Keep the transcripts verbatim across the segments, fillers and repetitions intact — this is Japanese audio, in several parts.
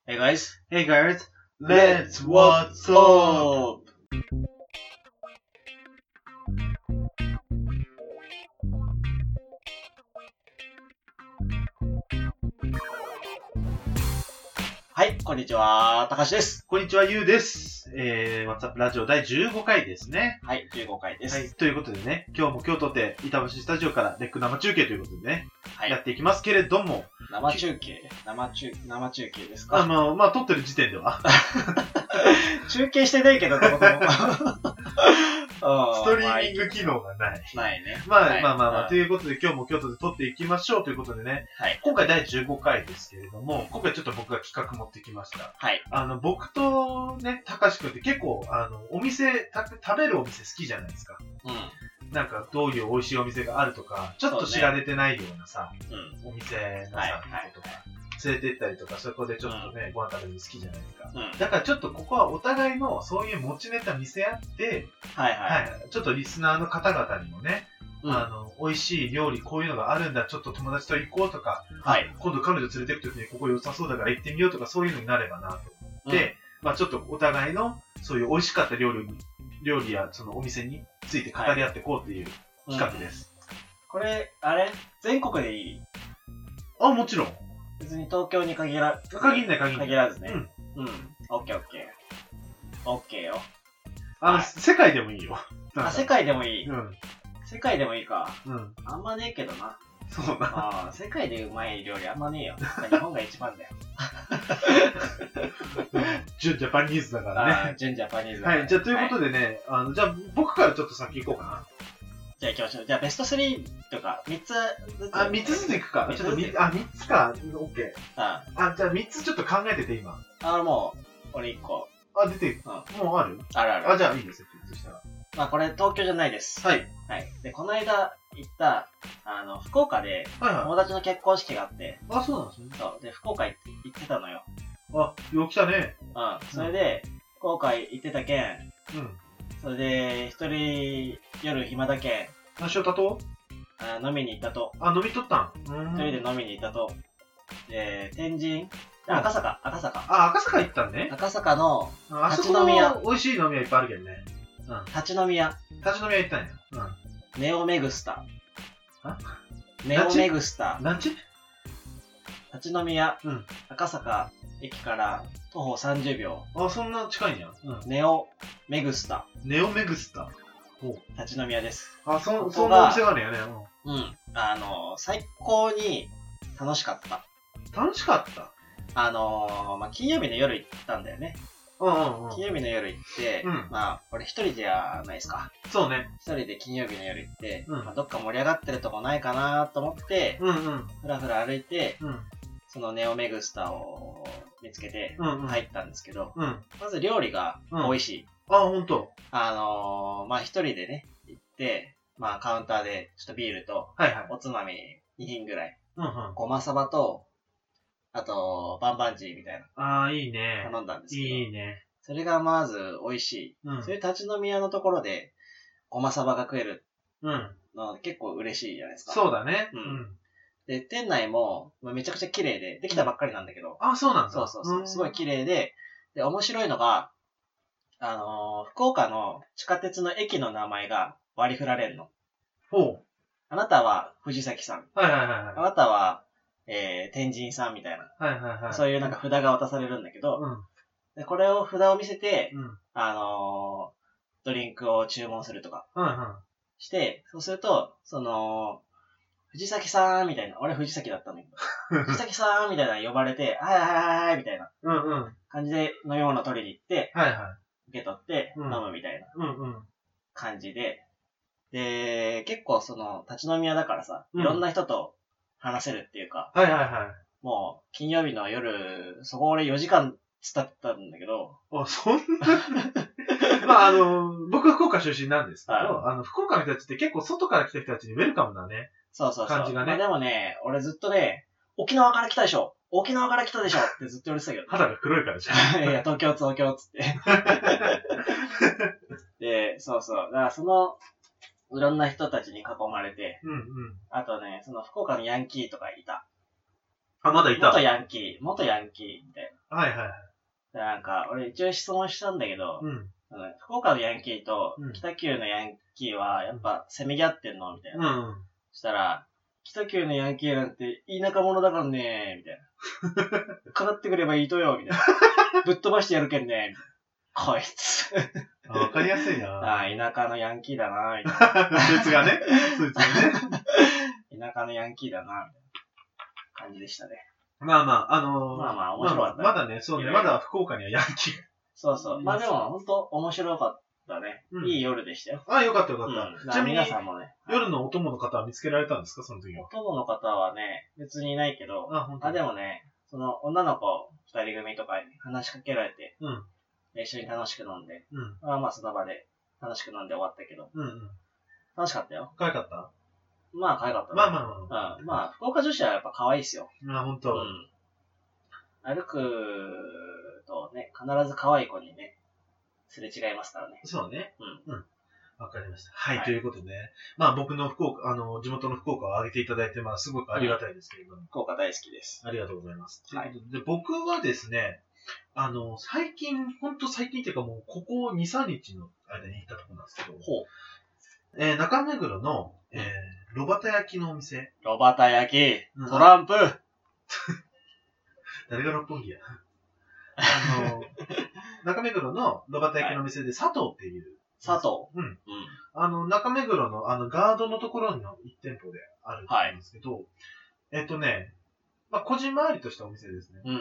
Hey guys, Hey guys, let's what's up? はい、こんにちは、たかしです。 こんにちは、ゆうです。えー、WhatsApp ラジオだいじゅうごかいですね。 はい、じゅうごかいです。 はい、ということでね、今日も今日とて板橋スタジオからレック生中継ということでね、はい、やっていきますけれども。 生中継生中、生中継ですか？ あの、まあ、撮ってる時点では。 中継してないけど、どこでも。 ストリーミング機能がない。 ないね。 まあ、はい、まあまあまあ、ということで今日も京都で撮っていきましょうということでね、はい、今回だいじゅうごかいですけれども、今回ちょっと僕が企画持ってきました。はい。あの、僕とね、たかしくんって結構、あの、お店、食べるお店好きじゃないですか。うん。なんか、どういう美味しいお店があるとか、ちょっと知られてないようなさ、うね、お店のさ、はいはい、とか。連れて行ったりとか、そこでちょっとね、うん、ご飯食べるの好きじゃないですか。うん、だからちょっとここはお互いのそういう持ちネタ見せ合って、はいはい。はい、ちょっとリスナーの方々にもね、うん、あの、美味しい料理こういうのがあるんだ、ちょっと友達と行こうとか、はい。今度彼女連れて行くときにここ良さそうだから行ってみようとか、そういうのになればなと思って、うん、まあちょっとお互いのそういう美味しかった料理に、料理やそのお店について語り合っていこうっていう企画です。 はい、うん、これ、あれ全国でいい？ あ、もちろん。 別に東京に限ら、 限んない限んない。 限らずね。うん。うん。オッケーオッケー。オッケーよ。 あの、はい、世界でもいいよ。 あ、世界でもいい。うん。世界でもいいか。うん。あんまねえけどな。 そうな。 ああ、世界でうまい料理あんまねえよ。日本が一番だよ。 純ジャパニーズだからね。 ああ、純ジャパニーズだから、ね。 はい。じゃあ、ということでね、はい、あの、じゃあ、僕からちょっと先行こうかな。 じゃあ行きましょう。じゃあベストスリーとかみっつずつ。 あ、みっつずつ行くか。ちょっとみ、あ、みっつか。オッケー。あ、あ、じゃあみっつちょっと考えてて今。 あ、もう、俺いっこ。 あ、出てる。うん。もうある？ あるある。 あ、じゃあいいですよ。そしたら。 まあこれ東京じゃないです。はい。はい。で、この間行った、あの、福岡で、友達の結婚式があって。 あ、そうなんですね。 そう。で、福岡行って行ってたのよ。 あ、よう来たね。 うん。それで、福岡行ってたけん。うん。それで、一人夜暇だけん。 何しよったと？ あ、飲みに行ったと。 あ、飲みとったん？ 一人で飲みに行ったと。で、天神赤坂、赤坂。 あ、赤坂行ったんね。 赤坂の、 立ち飲み屋。美味しい飲み屋いっぱいあるけどね。 うん。立ち飲み屋。 立ち飲み屋行ったんや。 うん。ネオメグスタ。あ？ネオメグスタ。 なんち？ 立ち飲み屋。うん。赤坂駅から徒歩さんじゅうびょう。あ、そんな近いんや。 うん。ネオメグスタ。 ネオメグスタ。 立ち飲み屋です。 あ、そ、そんなお店があるんやね。 うん。あの、最高に楽しかった。 楽しかった？ あのー、まあ、金曜日の夜行ったんだよね。うんうんうん。金曜日の夜行って、うん、まあ、俺一人じゃないですか。 そうね。 一人で金曜日の夜行って、うん、まあ、どっか盛り上がってるとこないかなと思って、うんうん。ふらふら歩いて、うん、そのネオメグスタを見つけて入ったんですけど、うんうん、まず料理が美味しい。 うん、あ、ほんと。 あのー、まあ、一人でね、行って、まあ、カウンターでちょっとビールと、はいはい、おつまみにひんぐらい、うんうん、ごまさばと、あと、バンバンジーみたいな。 ああ、いいね。 頼んだんですけど。 いいね。 それがまず美味しい。うん、そういう立ち飲み屋のところで、ごまさばが食えるの、うん、結構嬉しいじゃないですか。 そうだね。 うん。で、店内もめちゃくちゃ綺麗で、できたばっかりなんだけど。 あ、そうなんだ。 そうそうそう。すごい綺麗で、で、面白いのが、あのー、福岡の地下鉄の駅の名前が割り振られるの。ほう。あなたは藤崎さん。はいはいはい、はい。あなたは、えー、天神さんみたいな。はいはいはい。そういうなんか札が渡されるんだけど、うん、でこれを札を見せて、うん、あのー、ドリンクを注文するとか。うんうん。して、そうすると、その、藤崎さんみたいな。俺藤崎だったんだけど。藤崎さんみたいな呼ばれて、はいはいはいはいみたいな。うんうん。感じで飲み物取りに行って、はいはい。受け取って飲むみたいな感じで、で、結構その立ち飲み屋だからさ、いろんな人と話せるっていうか、はいはいはい。もう金曜日の夜、そこ俺よじかん伝ったんだけど、 あ、そんなまああの、僕は福岡出身なんですけど、あの、福岡の人たちって結構外から来た人たちにウェルカムだね。そうそうそう。感じがね。まあ、 でもね、俺ずっとね、沖縄から来たでしょ沖縄から来たでしょってずっと言われてたけど。 肌が黒いからじゃん。 いや、東京、東京っつって。で、そうそう。だからその、いろんな人たちに囲まれて、うんうん、あとね、その福岡のヤンキーとかいた。 あ、まだいた。 元ヤンキー、元ヤンキーみたいな。はいはいはい。 なんか、俺一応質問したんだけど、うん、福岡のヤンキーと北九のヤンキーはやっぱせめぎ合ってんのみたいな。うん。そしたら、北九のヤンキーなんて田舎者だからねみたいな。かかってくればいいとよみたいな。ぶっ飛ばしてやるけんねみたいな。こいつ。 わかりやすいな。 ああ、田舎のヤンキーだなみたいな。 そいつがね。そいつがね。 田舎のヤンキーだなみたいな感じでしたね。 まあまあ、あのー、 まあまあ、面白かった、 ねまあ。まだね、そうね、まだ福岡にはヤンキーが。 そうそう。まあでも、ほんと面白かったね。うん、いい夜でしたよ。 ああ、よかったよかった。うん、 ちなみに皆さんもね。 夜のお供の方は見つけられたんですか、その時は。 お供の方はね、別にいないけど、あ、本当あでもね、その女の子二人組とかに話しかけられて、うん、一緒に楽しく飲んで、うん、まあまあその場で楽しく飲んで終わったけど、うんうん、楽しかったよ。 可愛かったまあ可愛かった、ね。 まあまあまあ。 うん、まあ、福岡女子はやっぱ可愛いっすよ。 あ、ほんと。うん。 歩くとね、必ず可愛い子にね、すれ違いますからね。 そうね。うん。うん。わかりました。はい、はい、ということでね。まあ僕の福岡、あの、地元の福岡を挙げていただいて、まあすごくありがたいですけれども。うん、 福岡大好きです。 ありがとうございます。はい。で、僕はですね、あの、最近、ほんと最近っていうかもう、ここに、さんにちの間に行ったところなんですけど、ほう。えー、中目黒の、えー、炉端焼きのお店。 炉端焼き、トランプ。 誰が六本木や。あの、中目黒の炉端焼きのお店で佐藤っていう。 佐藤うん。うん。あの、中目黒のあのガードのところのいち店舗であるんですけど、はい、えっとね、まあ、こじんまりとしたお店ですね。うんうんうん。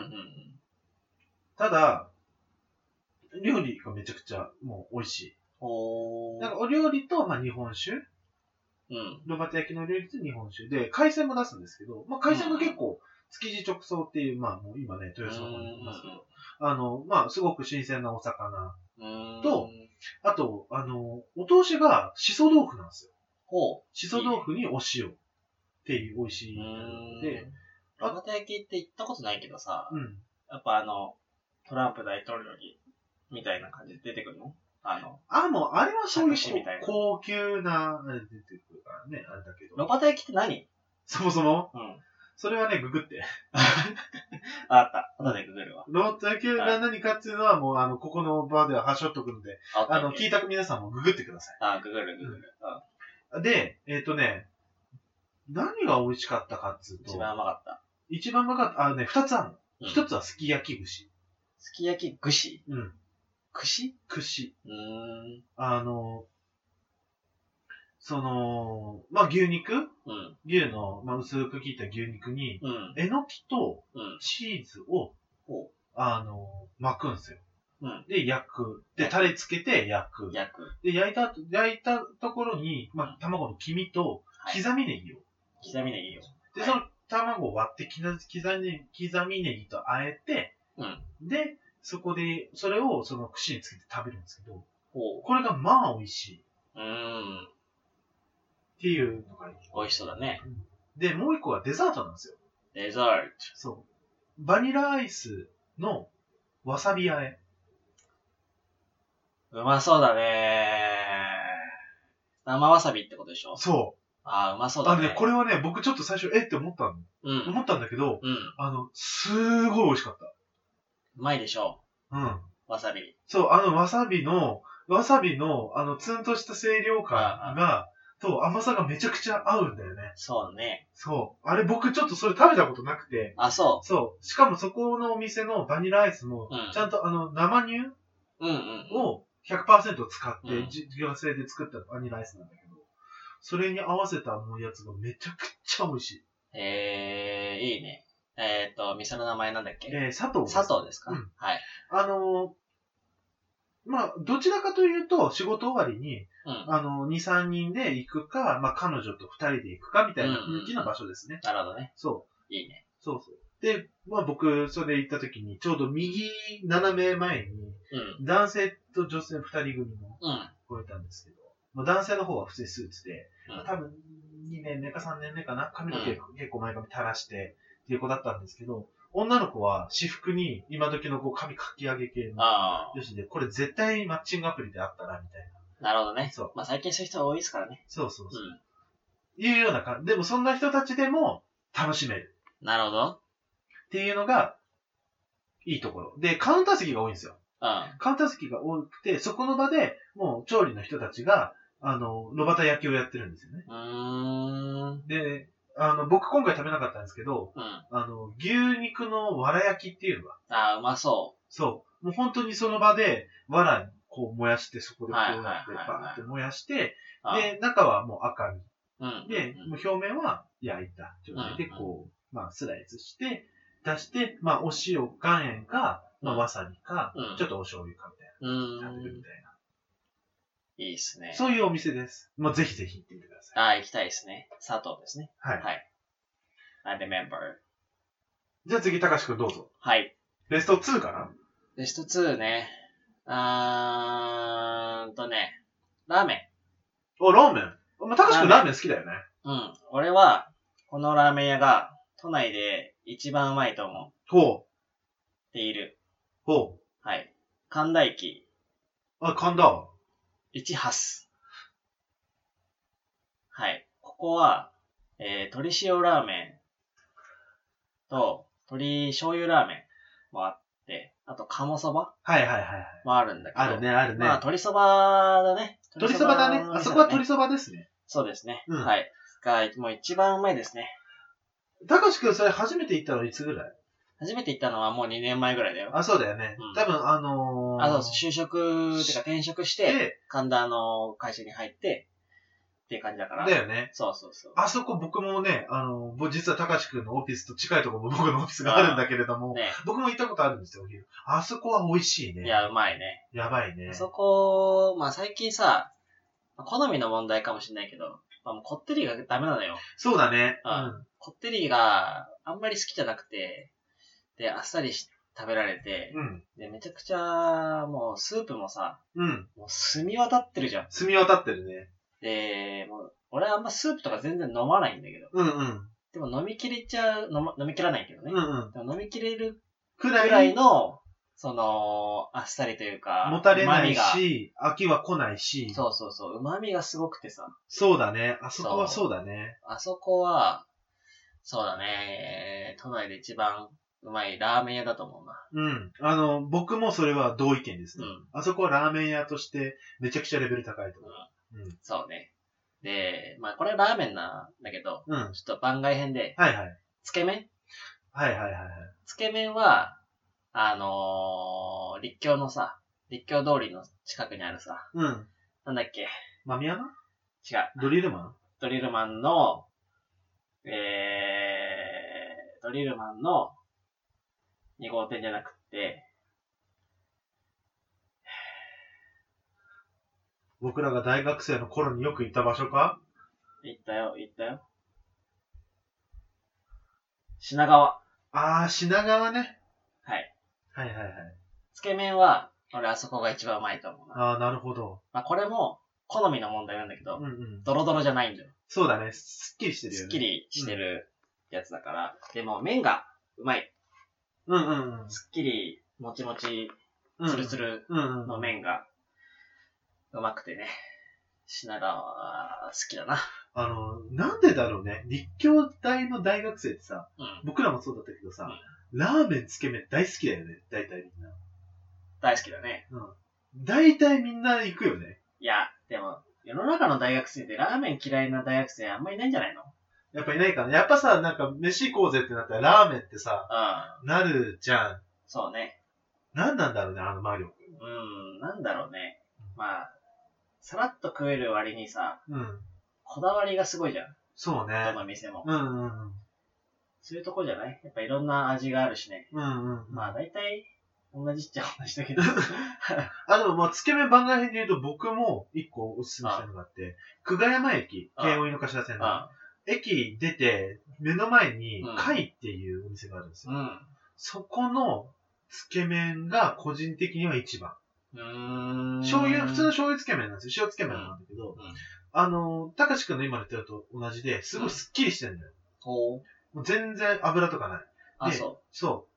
ただ、料理がめちゃくちゃもう美味しい。おなんかお料理と、まあ、日本酒。うん。炉端焼きの料理と日本酒で、海鮮も出すんですけど、まあ、海鮮も結構、築地直送っていう、まあ、もう今ね、豊洲の方にいますけど、あの、まあ、すごく新鮮なお魚と、あと、あの、お通しがしそ豆腐なんですよ。ほう。しそ豆腐にお塩っていう美味しいので、 炉端焼きって行ったことないけどさ、うん。やっぱあの、トランプ大統領に、みたいな感じで出てくるのあの、 あ、もう、あれはそういう高級な、あれ出てくるからね、あれだけど。 炉端焼きって何そもそもうん。それはね、ググって。 あった。後でググるわ。 炉端焼きが何かっていうのは、もう、あの、ここの場では端折っとくので、あの、聞いた皆さんもググってください。 あ、ググる、ググる。 うん、で、えっ、ー、とね、何が美味しかったかっつうと。 一番うまかった。 一番うまかった。あのね、二つあるの。一、うん、つはすき焼き串。 すき焼き串うん。 串串。うーん。あの、その、まあ、牛肉、うん、牛の、まあ、薄く切った牛肉に、うん、えのきとチーズを、うん、あの、巻くんですよ。うん、で、焼く。で、タレつけて焼く。 焼く。 で、焼いた、焼いたところに、まあ、卵の黄身と刻みネギを。 はい、刻みネギを。 で、その卵を割って刻み、刻みネギと和えて、うん、で、そこで、それをその串につけて食べるんですけど、これがまあ美味しい。うーん。っていうのがいい。 美味しそうだね。 で、もう一個はデザートなんですよ。 デザート。 そう。バニラアイスのわさび和え。 うまそうだねー。生わさびってことでしょ？ そう。 ああ、うまそうだね。 あのね、これはね、僕ちょっと最初、えって思ったの。うん。思ったんだけど、うん。あの、すーごい美味しかった。 うまいでしょう。うん。 わさび。 そう、あのわさびの、わさびの、あの、ツンとした清涼感が、と甘さがめちゃくちゃ合うんだよね。 そうね。 そう。あれ僕ちょっとそれ食べたことなくて。 あ、そう。 そう。しかもそこのお店のバニラアイスも、ちゃんとあの、生乳を ひゃくパーセント 使って、自家製で作ったバニラアイスなんだけど、それに合わせたもうやつがめちゃくちゃ美味しい。 へえー、いいね。えっ、ー、と、店の名前なんだっけ？ えー、佐藤です。佐藤ですか？うん。はい。 あのー、まあ、どちらかというと、仕事終わりに、うん、あの、に、さんにんで行くか、まあ、彼女とふたりで行くか、みたいな雰囲気の場所ですね。 なるほどね。 そう。いいね。 そうそう。で、まあ僕、それ行った時に、ちょうど右斜め前に、うん、男性と女性ふたり組の子がいたんですけど、うん、まあ、男性の方は普通にスーツで、うんまあ、多分にねんめかさんねんめかな、髪の毛、うん、結構前髪垂らして、っていう子だったんですけど、女の子は私服に今時のこう髪かき上げ系の女子で、これ絶対マッチングアプリであったら、みたいな。なるほどね。そう。まあ最近そういう人多いですからね。 そうそうそう。うん、いうような感じ。でもそんな人たちでも楽しめる。 なるほど。 っていうのが、いいところ。で、カウンター席が多いんですよ。うん、カウンター席が多くて、そこの場でもう調理の人たちが、あの、炉端焼きをやってるんですよね。うーんで、あの、僕今回食べなかったんですけど、うん、あの、牛肉の藁焼きっていうのが。 ああ、うまそう。 そう。もう本当にその場で、藁こう燃やして、そこでこうやって、バーって燃やして、で、中はもう赤身。うん、で、もう表面は焼いた状態で、こう、まあ、スライスして、出して、まあ、お塩、岩塩か、まあ、わさびか、うん、ちょっとお醤油かみたいな。食べるみたいな。 いいっすね。 そういうお店です。まあ、ぜひぜひ行ってみてください。 ああ、行きたいですね。佐藤ですね。はい。はい。I remember. じゃあ次、高橋くんどうぞ。 はい。 ベストツーかな？ ベストツーね。あーんとね、ラーメン。 お、ラーメン？まあ、高橋くんラーメン好きだよね。 うん。俺は、このラーメン屋が、都内で一番うまいと思う。 ほう。 っている。 ほう。 はい。神田駅。 あ、神田。 一発。はい。ここは、えー、鶏塩ラーメンと、鶏醤油ラーメンもあって、あと、鴨そばはいはいはい。 もあるんだけど。 あるね、あるね。 まあ、鶏そばだね。 鶏そばだね。あそこは鶏そばですね。 そうですね。うん、はい。が、もう一番うまいですね。 高橋くんそれ初めて行ったのいつぐらい？ 初めて行ったのはもうにねんまえぐらいだよ。 あ、そうだよね。うん、多分あのー、 あ、そう、就職、てか転職して、神田の会社に入って、っていう感じだから。 だよね。 そうそうそう。 あそこ僕もね、あのー、実は高橋くんのオフィスと近いところも僕のオフィスがあるんだけれども、ね、僕も行ったことあるんですよ、お昼。あそこは美味しいね。 いや、うまいね。 やばいね。 あそこ、まあ最近さ、好みの問題かもしれないけど、まあ、もうこってりがダメなのよ。 そうだね。 うん。こってりがあんまり好きじゃなくて、で、あっさりし食べられて、うん、で、めちゃくちゃ、もうスープもさ、うん、もう澄み渡ってるじゃん。 澄み渡ってるね。 で、もう、俺はあんまスープとか全然飲まないんだけど、うんうん。でも飲み切れちゃう、飲, ま、飲み切らないけどね。うんうん。でも飲み切れるくらいの、その、あっさりというか、 もたれないし、飽きは来ないし。 そうそうそう、旨味がすごくてさ。 そうだね。あそこはそうだね。 あそこは、そうだね。都内で一番うまいラーメン屋だと思うな。 うん。あの、僕もそれは同意見ですね。うん。あそこはラーメン屋としてめちゃくちゃレベル高いと思う。 うん。うん、そうね。で、まあこれラーメンなんだけど、うん。ちょっと番外編で、はいはい。つけ麺はいはいはいはい。 つけ麺は、あのー、立教のさ、立教通りの近くにあるさ、うん。なんだっけ。 マミヤナ？ 違う。 ドリルマン？ ドリルマンの、えー、ドリルマンのに号店じゃなくて、 僕らが大学生の頃によく行った場所か？ 行ったよ、行ったよ。品川。 あー、品川ね。 はい。 はいはいはい。 つけ麺は、俺あそこが一番うまいと思うな。あー、なるほど。 まあこれも、好みの問題なんだけど、うんうん、ドロドロじゃないんだよ。 そうだね。すっきりしてるよね。 すっきりしてるやつだから。うん、でも麺がうまい。うんうんうん。すっきり、もちもち、つるつるの麺がうまくてね。品川は好きだな。 あの、なんでだろうね。立教大の大学生ってさ、うん、僕らもそうだったけどさ、うん、ラーメンつけ麺大好きだよね。大体みんな。 大好きだね。 うん。大体みんな行くよね。 いや、でも、世の中の大学生でラーメン嫌いな大学生あんまりいないんじゃないの？ やっぱいないかな。やっぱさ、なんか飯行こうぜってなったらラーメンってさ、うん、なるじゃん。 そうね。 なんなんだろうね、あの魔力。 うん、なんだろうね。まあ、さらっと食える割にさ、うん、こだわりがすごいじゃん。 そうね。 どの店も。 うんうんうん。 そういうとこじゃない？やっぱいろんな味があるしね。うんうん、うん。まあ大体、同じっちゃ同じだけど。 あ、でもまあ、つけ麺番外編で言うと僕も一個おすすめしたのがあって、久我山駅、京王井の頭線の、駅出て、目の前に、貝っていうお店があるんですよ。うん、そこのつけ麺が個人的には一番。うーん醤油、普通の醤油つけ麺なんですよ。塩つけ麺なんだけど、うんうん、あの、たかしくんの今の言ったのと同じで、すごいスッキリしてるんだよ。うん、もう全然油とかない。 あ、そう。 そう。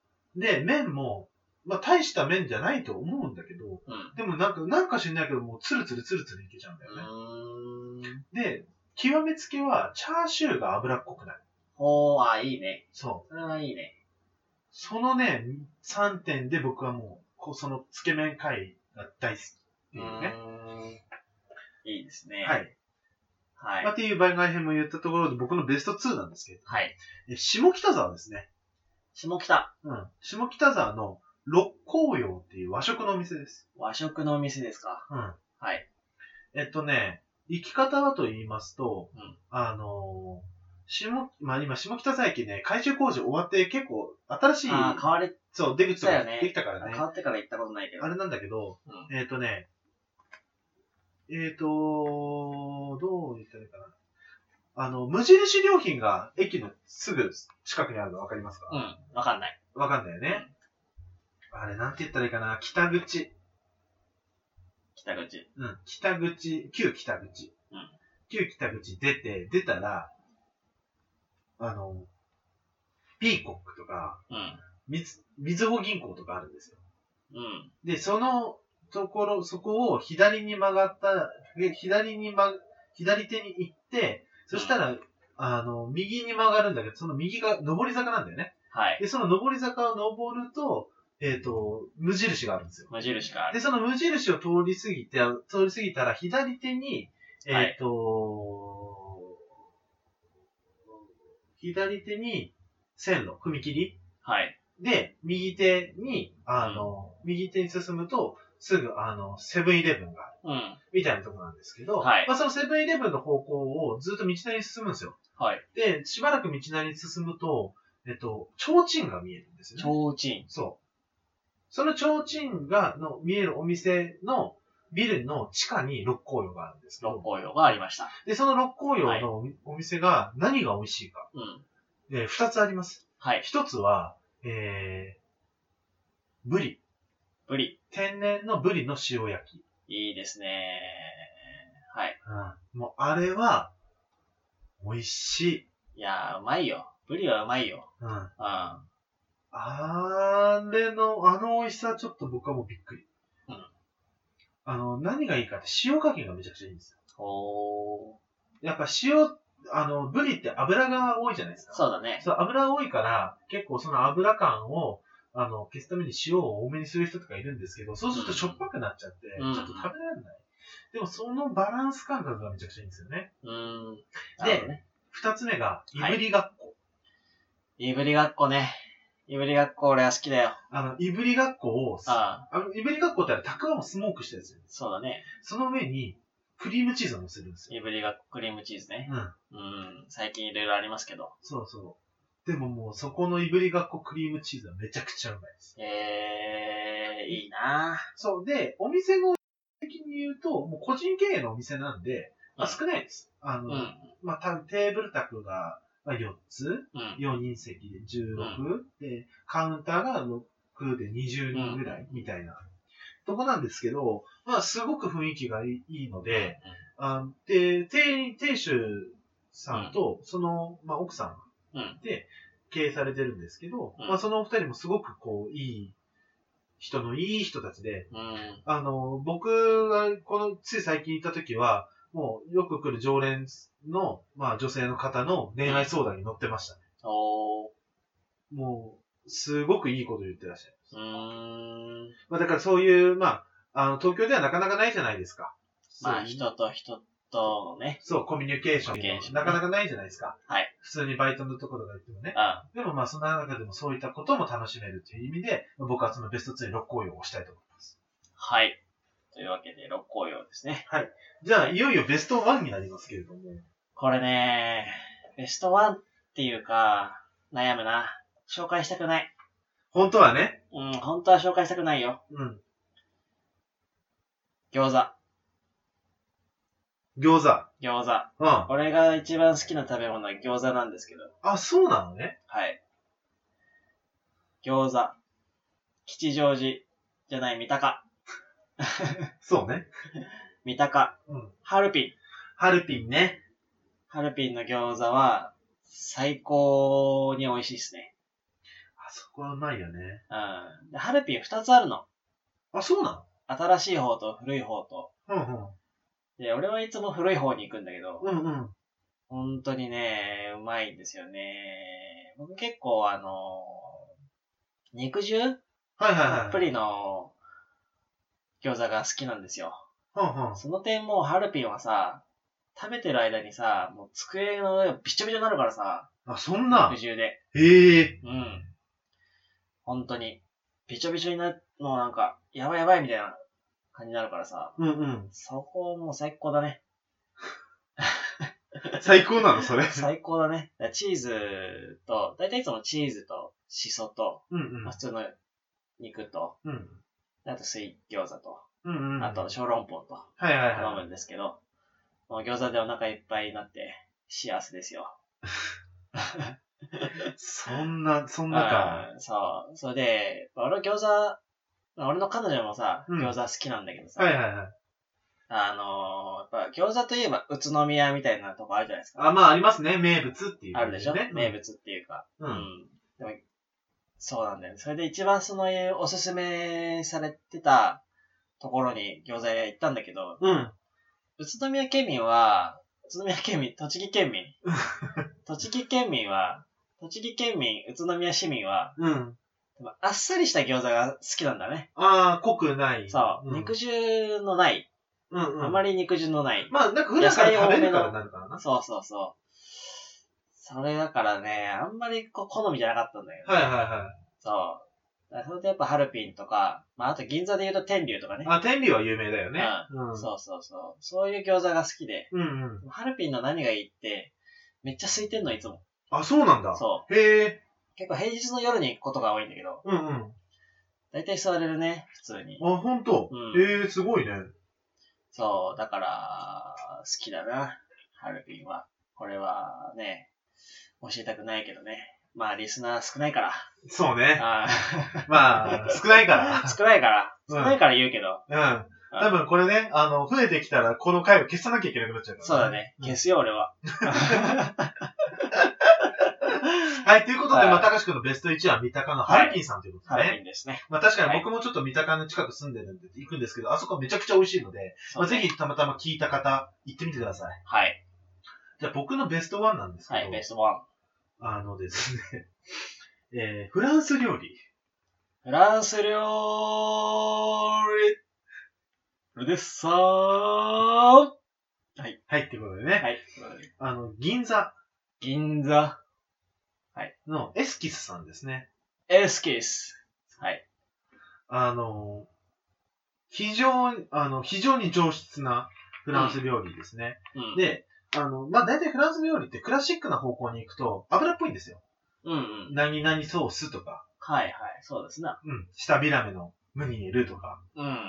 で、麺も、まあ、大した麺じゃないと思うんだけど、うん、でもなんか、なんか知んないけど、もうツルツルツルツルいけちゃうんだよね。うーんで、極めつけは、チャーシューが脂っこくない。 おー、あ、いいね。 そう。 それはいいね。 そのね、さんてんで僕はもう、こうそのつけ麺会が大好きっていうね。 うーんいいですね。 はい。 はい。 まあ、っていう番外編も言ったところで僕のベストツーなんですけど。 はい。 下北沢ですね。 下北。 うん。下北沢の六甲陽っていう和食のお店です。 和食のお店ですか。 うん。 はい。 えっとね、行き方はと言いますと、 うん、 あのー、下、まあ今下北沢駅ね、改修工事終わって結構新しい、 あ変われ、 そう、出口とかね、 できたからね。 変わってから行ったことないけど。 あれなんだけど、 うん、 えっとね、えっと、どう言ったらいいかな。あの、無印良品が駅のすぐ近くにあるの分かりますか？ うん、わかんない。 わかんないよね。あれ、なんて言ったらいいかな。北口。 北口。 うん。北口、旧北口。うん。旧北口出て、出たら、あの、ピーコックとか、うん。みず、みずほ銀行とかあるんですよ。うん。で、そのところ、そこを左に曲がった、左に曲、左手に行って、そしたら、うん、あの、右に曲がるんだけど、その右が上り坂なんだよね。はい。で、その上り坂を登ると、えっと、無印があるんですよ。 無印がある。 で、その無印を通り過ぎて、通り過ぎたら左手に、えっと、はい、左手に線路、踏切。はい。で、右手に、あの、うん、右手に進むと、すぐ、あの、セブンイレブンがある。うん。みたいなところなんですけど、はい。まあ、そのセブンイレブンの方向をずっと道なりに進むんですよ。はい。で、しばらく道なりに進むと、えっと、提灯が見えるんですよね。 提灯。 そう。その提灯が、の見えるお店のビルの地下に六甲陽があるんですけど。 六甲陽がありました。 で、その六甲陽のお店が何が美味しいか。うん。で、二つあります。はい。一つは、えー、ブリ。ブリ。天然のブリの塩焼き。 いいですね。はい。 うん。もう、あれは、美味しい。 いやー、うまいよ。ブリはうまいよ。うん。うん。 あれの、あの美味しさちょっと僕はもうびっくり。うん。あの、何がいいかって塩加減がめちゃくちゃいいんですよ。おー。やっぱ塩、あの、ブリって油が多いじゃないですか。 そうだね。 そう、油が多いから、結構その油感を、あの、消すために塩を多めにする人とかいるんですけど、そうするとしょっぱくなっちゃって、うん、ちょっと食べられない。でもそのバランス感覚がめちゃくちゃいいんですよね。うん。で、ね、二つ目が、いぶりがっこ。 いぶりがっこね。いぶりがっこ俺は好きだよ。 あの、いぶりがっこを、ああの、いぶりがっこってあれ、たくあんをスモークしたやつ。 そうだね。 その上に、クリームチーズを乗せるんですよ。 いぶりがっこクリームチーズね。うん。うん。最近いろいろありますけど。 そうそう。でももう、そこのいぶりがっこクリームチーズはめちゃくちゃうまいです。 えー、いいなぁ。 そう。で、お店の的に言うと、もう個人経営のお店なんで、まあ、少ないです。あの、うん、まあ、たテーブル卓が、まあ、よっつ、うん、よにん席でじゅうろく、うん、で、カウンターがろくでにじゅうにんぐらいみたいな、うん、とこなんですけど、まあ、すごく雰囲気がいいので、うん、あで、店、店主さんと、その、まあ、奥さんで経営されてるんですけど、うん、まあ、そのお二人もすごくこう、いい、人のいい人たちで、うん、あの、僕がこの、つい最近行った時は、もうよく来る常連の、まあ女性の方の恋愛相談に乗ってましたね。おー。もう、すごくいいこと言ってらっしゃいます。うーん。まあだからそういう、まあ、あの、東京ではなかなかないじゃないですか。 まあ人と人とのね。 そう、コミュニケーション、ね、なかなかないじゃないですか。はい。普通にバイトのところが言ってもね。うん。でもまあそんな中でもそういったことも楽しめるという意味で、僕はそのベストツーに六甲陽をしたいと思います。 はい。というわけで、六甲陽ですね。 はい。じゃあ、いよいよベストワンになりますけれども。 これね、ベストワンっていうか、悩むな。紹介したくない。 本当はね。 うん、本当は紹介したくないよ。うん。餃子。 餃子。 餃子。うん。俺が一番好きな食べ物は餃子なんですけど。 あ、そうなのね。 はい。餃子。吉祥寺。じゃない、三鷹。 そうね。 三鷹。うん。ハルピン。 ハルピンね。 ハルピンの餃子は、最高に美味しいですね。 あそこはうまいよね。 うん。でハルピン二つあるの。 あ、そうなの？ 新しい方と古い方と。 うんうん。 で、俺はいつも古い方に行くんだけど。 うんうん。 本当にね、うまいんですよね。僕結構あの、 肉汁はいはいはい。 たっぷりの餃子が好きなんですよ。 はんはん。 その点もうハルピンはさ、食べてる間にさ、もう机の上びちょびちょになるからさ。 あ、そんな。 肉汁で。 へえ。 うん。本当に。びちょびちょになる、もうなんか、やばいやばいみたいな感じになるからさ。 うんうん。 そこもう最高だね。 最高なのそれ。 最高だね。チーズと、だいたいいつもチーズと、シソと、うんうんまあ、普通の肉と、うん、あと水餃子と、うんうんうん、あと小籠包と、はいはいはい、頼むんですけど、もう餃子でお腹いっぱいになって幸せですよ。 そんな、そんなか。 そう。それで、俺餃子、俺の彼女もさ、餃子好きなんだけどさ、うん、はいはいはい。あのー、やっぱ餃子といえば宇都宮みたいなとこあるじゃないですか。 あ、まあありますね。名物っていう、ね。 あるでしょ、うん、名物っていうか。うん。うん、でもそうなんだよね。それで一番そのおすすめされてたところに餃子屋行ったんだけど、うん。宇都宮県民は、宇都宮県民、栃木県民。栃木県民は、栃木県民、宇都宮市民は、うん。あっさりした餃子が好きなんだね。 ああ、濃くない。 そう、うん。肉汁のない。うんうん。あまり肉汁のない。 まあ、なんか普段から食べるからなるからな。 そうそうそう。それだからね、あんまりこう好みじゃなかったんだけど、 ね。はいはいはい。 そう。それでやっぱハルピンとか、まああと銀座で言うと天竜とかね。 あ、天竜は有名だよね。 うん。うん、そうそうそう。そういう餃子が好きで。うんうん。ハルピンの何がいいって、めっちゃ空いてんの、いつも。 あ、そうなんだ。 そう。 へえ。 結構平日の夜に行くことが多いんだけど。うんうん。だいたい座れるね、普通に。 あ、ほんと。うん、へえ、すごいね。 そう、だから、好きだな。ハルピンは。これはね、教えたくないけどね。まあ、リスナー少ないから。 そうね。あまあ、少ないから。 少ないから。少ないから言うけど。 うん。うん、多分これね、あの、増えてきたら、この回を消さなきゃいけなくなっちゃうから、ね。 そうだね。消すよ、俺は。 はい、ということで、まあ、高橋くんのベストいちは三鷹のハルピンさんということでね。 ハルピンですね。 まあ、確かに僕もちょっと三鷹の近く住んでるんで行くんですけど、あそこめちゃくちゃ美味しいので、まあ、ぜひたまたま聞いた方、行ってみてください。はい。じゃあ僕のベストワンなんですけど。 はい、ベストワン。 あのですね、えー、フランス料理。 フランス料理。ルデッサー。はい。 はい、っていうことでね。はい。あの、銀座。 銀座。 はい。の、エスキスさんですね。 エスキス。はい。 あの、非常に、あの、非常に上質なフランス料理ですね。うん、で、あの、まあ、大体フランス料理ってクラシックな方向に行くと油っぽいんですよ。うんうん。何々ソースとか。 はいはい、そうですね。 うん。舌ビラメのムニエルとか。うんうんうん。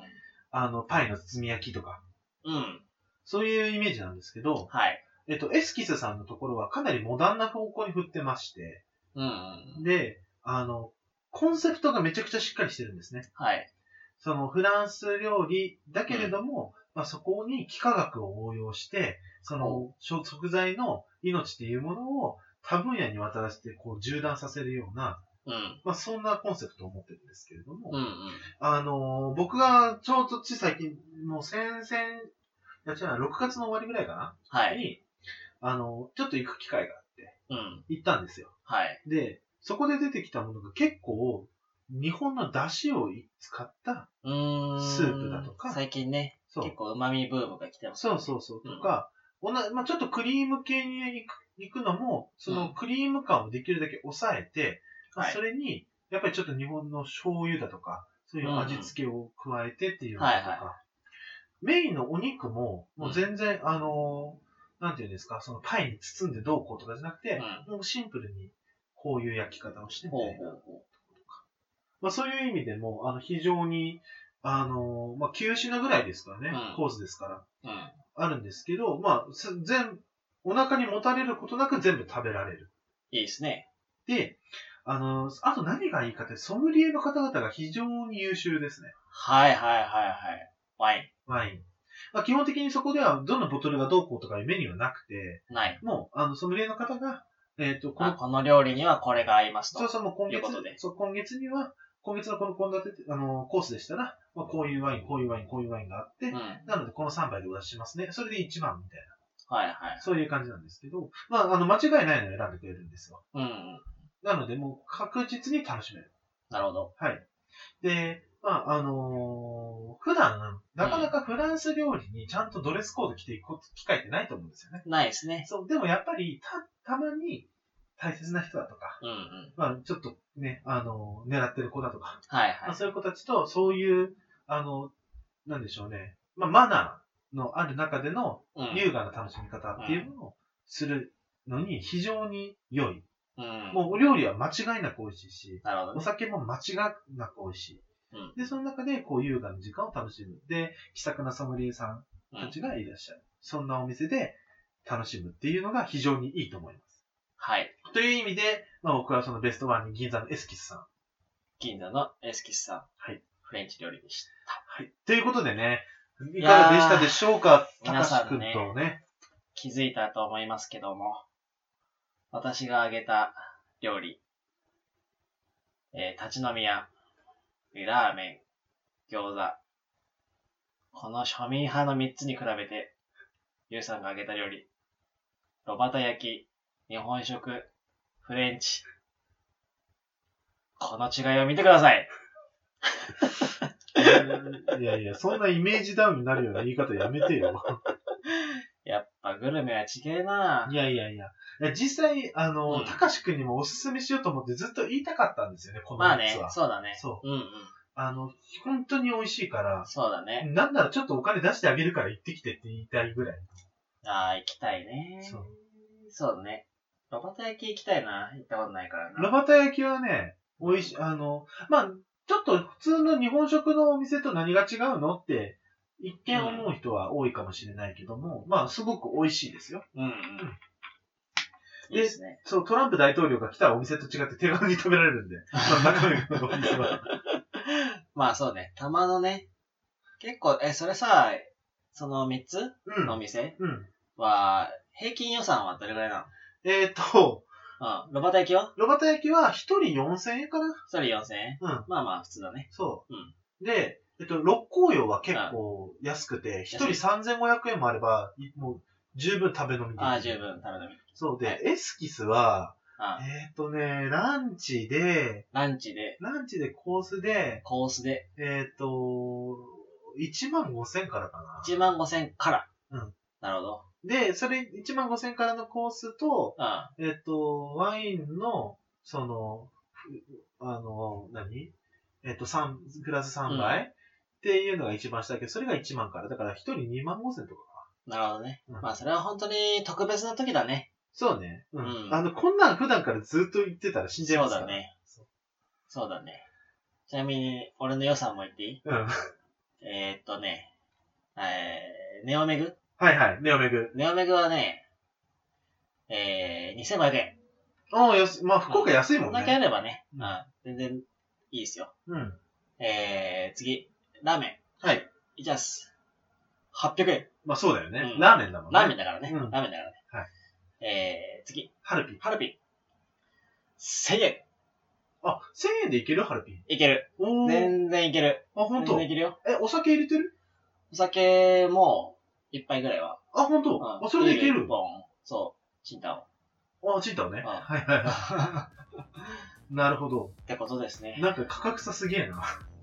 あの、パイの包み焼きとか。うん。そういうイメージなんですけど。はい。えっと、エスキスさんのところはかなりモダンな方向に振ってまして。うんうん。で、あの、コンセプトがめちゃくちゃしっかりしてるんですね。はい。そのフランス料理だけれども、うん、まあ、そこに幾何学を応用して、その食材の命っていうものを多分野にわたらせてこう縦断させるような、うん、まあそんなコンセプトを持ってるんですけれども、うんうん、あのー、僕がちょうどつい最近、もう先々、いや違うな、ろくがつの終わりぐらいかな、はい、に、あのー、ちょっと行く機会があって、うん、行ったんですよ。はい。で、そこで出てきたものが結構、日本の出汁を使ったスープだとか。 最近ね、結構旨味ブームが来てます、 ね。そうそうそう。とか、うん、まあ、ちょっとクリーム系に行く行くのも、そのクリーム感をできるだけ抑えて、うんまあ、それに、やっぱりちょっと日本の醤油だとか、そういう味付けを加えてっていうのとか、はいはい、メインのお肉も、もう全然、うん、あの、なんていうんですか、そのパイに包んでどうこうとかじゃなくて、うん、もうシンプルにこういう焼き方をしてみたいな。ほうほうほうまあ、そういう意味でも、あの、非常に、あの、まあ、きゅう品ぐらいですからね、うん、コースですから、うん、あるんですけど、まあ、全、お腹にもたれることなく全部食べられる。 いいですね。 で、あの、あと何がいいかって、ソムリエの方々が非常に優秀ですね。 はいはいはいはい。ワイン。ワイン。まあ、基本的にそこでは、どのボトルがどうこうとかいうメニューはなくて、ない。もう、あの、ソムリエの方が、 えっ、ー、と、この、この料理にはこれが合いますと。 そうそう、もう今月、そう、今月には、今月のこの献立、あの、コースでしたら、まあ、こういうワイン、こういうワイン、こういうワインがあって、うん、なのでこのさんばいでお出ししますね。それでいちばんみたいな。はいはい。そういう感じなんですけど、まあ、あの、間違いないのを選んでくれるんですよ。うん、うん。なので、もう確実に楽しめる。 なるほど。 はい。で、まあ、あのー、普段、なかなかフランス料理にちゃんとドレスコード着ていく機会ってないと思うんですよね。 ないですね。 そう、でもやっぱり、た、たまに大切な人だとか、 うんうん、 まあ、ちょっとね、あのー、狙ってる子だとか、 はいはい。 まあ、そういう子たちと、そういう、あの、なんでしょうね、まあ、マナーのある中での優雅な楽しみ方っていうのをするのに非常に良い。うん、もうお料理は間違いなく美味しいし、なるほどね、お酒も間違いなく美味しい。うん、で、その中でこう優雅な時間を楽しむ。で、気さくなソムリエさんたちがいらっしゃる。うん、そんなお店で楽しむっていうのが非常にいいと思います。 はい。 という意味で、まあ、僕はそのベストワンに銀座のエスキスさん。 銀座のエスキスさん。 はい。 フレンチ料理でした。 はい。ということでね、いかがでしたでしょうか、 皆さん君とね。 気づいたと思いますけども、私が挙げた料理、えー、立ち飲み屋、ラーメン、餃子。この庶民派のみっつに比べて、ゆうさんが挙げた料理、炉端焼き、日本食、フレンチ。この違いを見てください。 いやいや、そんなイメージダウンになるような言い方やめてよ。 やっぱグルメは違えな。 いやいやいや。実際、あの、たかしくんにもおすすめしようと思ってずっと言いたかったんですよね、このやつは。 まあね、そうだね。 そう。 うんうん。 あの、本当に美味しいから。 そうだね。 なんならちょっとお金出してあげるから行ってきてって言いたいぐらい。 ああ、行きたいね。そう。そうだね。炉端焼き行きたいな。行ったことないからな。 炉端焼きはね、美味しい、あの、まあ、ちょっと普通の日本食のお店と何が違うのって、一見思う人は多いかもしれないけども、うん、まあ、すごく美味しいですよ。うんうん。うん、 いいですね。 そう、トランプ大統領が来たらお店と違って手軽に食べられるんで、まあ、中身のお店は。 まあそうね、玉のね、結構、え、それさ、そのみっつのお店は、平均予算はどれぐらいなの？ えっと、 うん。炉端焼きは炉端焼きはひとりよんせんえんかな？ ひとりよんせんえん？うん。まあまあ普通だね。 そう。うん。で、えっと、六甲用は結構安くて、ひとりさんぜんごひゃくえんもあれば、もう十分食べ飲みできる。 ああ、十分食べ飲み。 そうで、はい、エスキスは、えっとね、ランチで、 ランチで、 ランチでコースで、 コースで、 えっと、いちまんごせんからかな。 いちまんごせんから。うん。なるほど。 で、それいちまんごせんからのコースと、うん、えっと、ワインの、その、あの、何えっと、さん、プラスさんばい、うん、っていうのが一番下だけど、それがいちまんから。だからひとりにまんごせんとかかな。なるほどね。うん、まあ、それは本当に特別な時だね。 そうね。うん。うん、あの、こんなん普段からずっと言ってたら死んじゃいますから。 そうだね。そうだね。ちなみに、俺の予算も言っていい？うん。えーっとね、えー、ネオメグ？ はいはい、ネオメグ。 ネオメグはね、えー、にせんごひゃくえん。 ああ、安、まあ、福岡安いもんね。 こんだけあればね、うん、全然いいですよ。うん。えー、次、ラーメン。はい。いきます。はっぴゃくえん。 まあそうだよね。うん、ラーメンだもんね。 ラーメンだからね。うん、ラーメンだからね。はい。えー、次。 ハルピン。 ハルピン。せんえん。 あ、せんえんでいけるハルピン。 いける。全然いける。 あ、ほんと？ 全然いけるよ。 え、お酒入れてる？ お酒も、一杯ぐらいは。 あ、ほんと？あ、それでいける？ 一本。そう。チンタオ。あ、チンタオね。はいはいはい。なるほど。 ってことですね。 なんか価格差すげえな。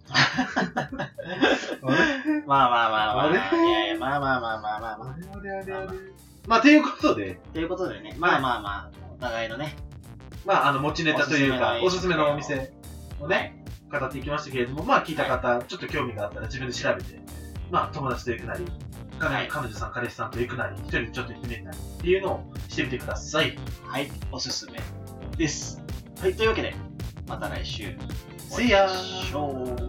まあまあまあまあ。いやいや、まあまあまあまあまあまあ。 あれあれあれあれ。まあ、ということで。 ということでね。まあまあまあ、お互いのね。 まあ、あの、持ちネタというか、おすすめのお店をね、語っていきましたけれども、まあ、聞いた方、ちょっと興味があったら自分で調べて、まあ、友達と行くなり、彼女さん、彼氏さんと行くなり、一人でちょっと行ってみるなりっていうのをしてみてください。 はい、おすすめです。はい、というわけで、また来週。 See ya! お会いしましょう。